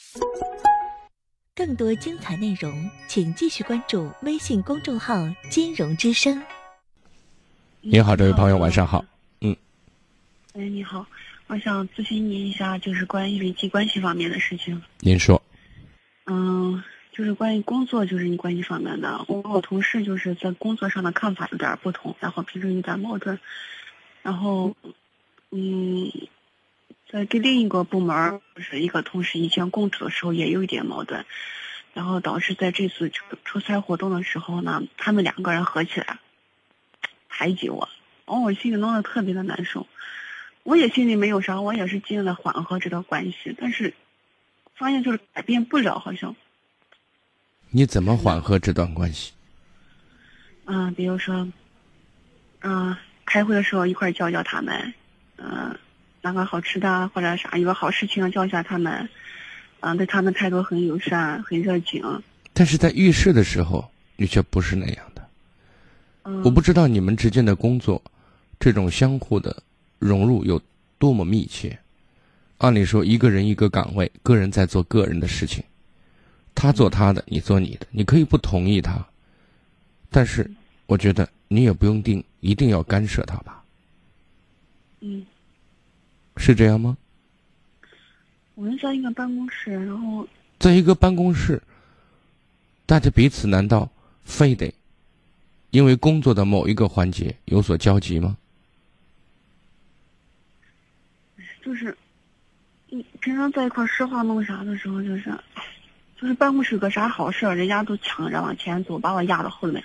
更多精彩内容，请继续关注微信公众号“金融之声”。 您好，这位朋友，晚上好。 你好，我想咨询你一下，就是关于人际关系方面的事情。 您说。 就是关于工作，就是你关系方面的。我和我同事就是在工作上的看法有点不同，然后平时有点矛盾。然后，在跟另一个部门，就是一个同事以前共处的时候也有一点矛盾，然后导致在这次出差活动的时候呢，他们两个人合起来排挤我，我心里弄得特别的难受。我也心里没有啥，我也是尽力缓和这段关系，但是发现就是改变不了，好像。 你怎么缓和这段关系？ 比如说，开会的时候一块叫他们，拿个好吃的或者啥，有个好事情叫一下他们，对他们态度很友善，很热情。 但是在遇事的时候，你却不是那样的。我不知道你们之间的工作，这种相互的融入有多么密切。按理说，一个人一个岗位，个人在做个人的事情，他做他的，你做你的，你可以不同意他，但是我觉得你也不用一定要干涉他吧。是这样吗？ 我们在一个办公室，然后在一个办公室，大家彼此难道非得因为工作的某一个环节有所交集吗？ 就是平常在一块说话弄啥的时候，就是办公室有个啥好事，人家都抢着往前走，把我压到后面。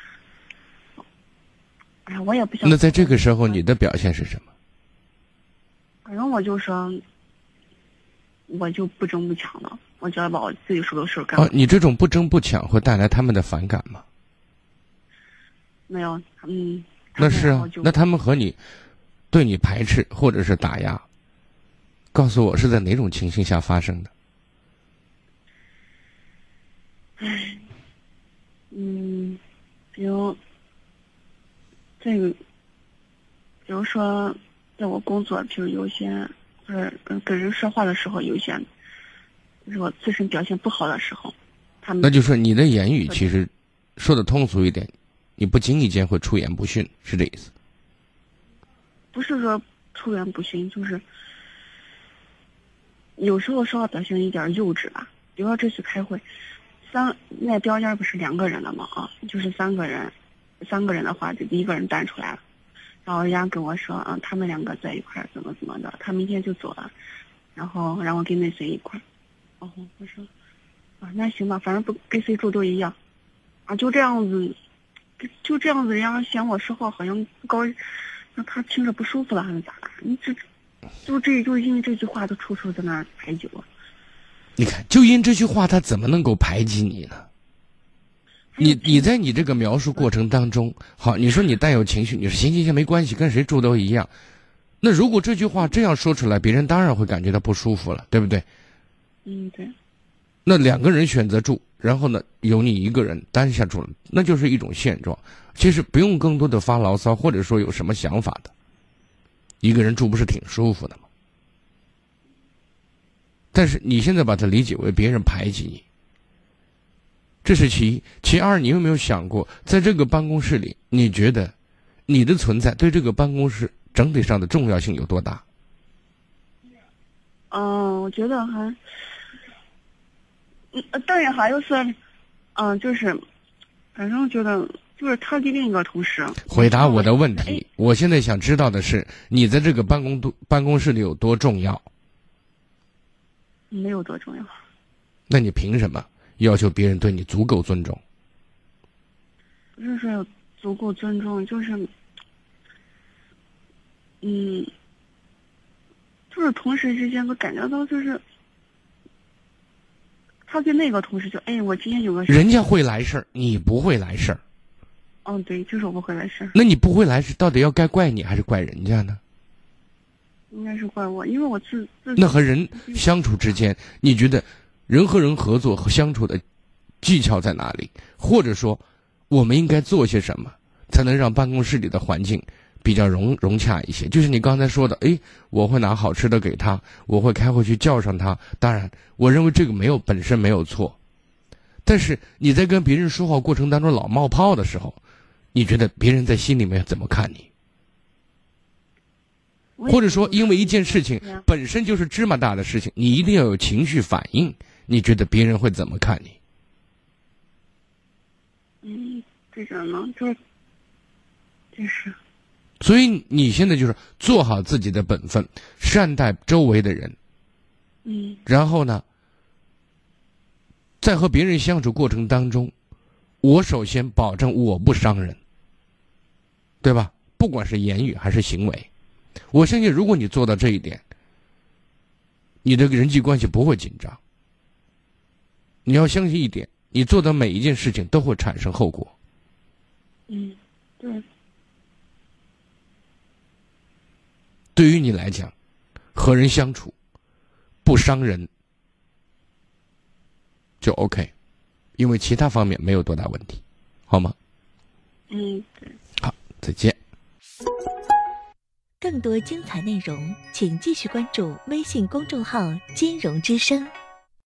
我也不想。 那在这个时候，你的表现是什么？ 反正我就说，我就不争不抢了，我就要把我自己说的事干。 你这种不争不抢会带来他们的反感吗？ 没有， 那是啊，那他们对你排斥或者是打压，告诉我是在哪种情形下发生的？ 比如说，在我工作，比如有些就是跟人说话的时候，有些就是我自身表现不好的时候，他们那就说你的言语其实说的通俗一点，你不经意间会出言不逊，是这意思？ 不是说出言不逊，就是有时候稍微表现一点幼稚吧。比如说这次开会，那标间不是2个人的嘛就是3个人的话，就一个人单出来了。然后人家跟我说，他们2个在一块怎么的，他明天就走了，然后让我跟那谁一块。我说，那行吧，反正不跟谁住都一样，就这样子，人家嫌我说话好像让他听着不舒服了，还是咋的？就因为这句话都处在那儿排挤我。 你看，就因这句话，他怎么能够排挤你呢？你在你这个描述过程当中，好，你说你带有情绪，你说行，没关系，跟谁住都一样。那如果这句话这样说出来，别人当然会感觉到不舒服了，对不对？ 对。 那2个人选择住，然后呢，有你一个人单下住了，那就是一种现状。其实不用更多的发牢骚，或者说有什么想法的。一个人住不是挺舒服的吗？但是你现在把它理解为别人排挤你，这是其一。其二，你有没有想过，在这个办公室里，你觉得你的存在对这个办公室整体上的重要性有多大？ 我觉得还，当然还有是，就是反正觉得就是他的另一个同事回答我的问题。我现在想知道的是，你在这个办公室里有多重要？ 没有多重要。 那你凭什么要求别人对你足够尊重？ 不是说足够尊重，就是就是同事之间都感觉到，就是他对那个同事就我今天有个事， 人家会来事儿，你不会来事儿。 对，就是我不会来事儿。 那你不会来事，到底要该怪你还是怪人家呢？ 应该是怪我，因为我自那和人相处之间，你觉得人和人合作和相处的技巧在哪里？或者说，我们应该做些什么，才能让办公室里的环境比较融洽一些。就是你刚才说的，我会拿好吃的给他，我会开会去叫上他。当然，我认为这个本身没有错，但是你在跟别人说话过程当中老冒泡的时候，你觉得别人在心里面怎么看你？或者说，因为一件事情本身就是芝麻大的事情，你一定要有情绪反应，你觉得别人会怎么看你？ 这种呢，就是。 所以你现在就是做好自己的本分，善待周围的人。然后呢，在和别人相处过程当中，我首先保证我不伤人，对吧？不管是言语还是行为。我相信如果你做到这一点，你的人际关系不会紧张。你要相信一点，你做的每一件事情都会产生后果。 对。 对于你来讲，和人相处不伤人就 OK， 因为其他方面没有多大问题，好吗？ 对。 好，再见。 更多精彩内容，请继续关注微信公众号“金融之声”。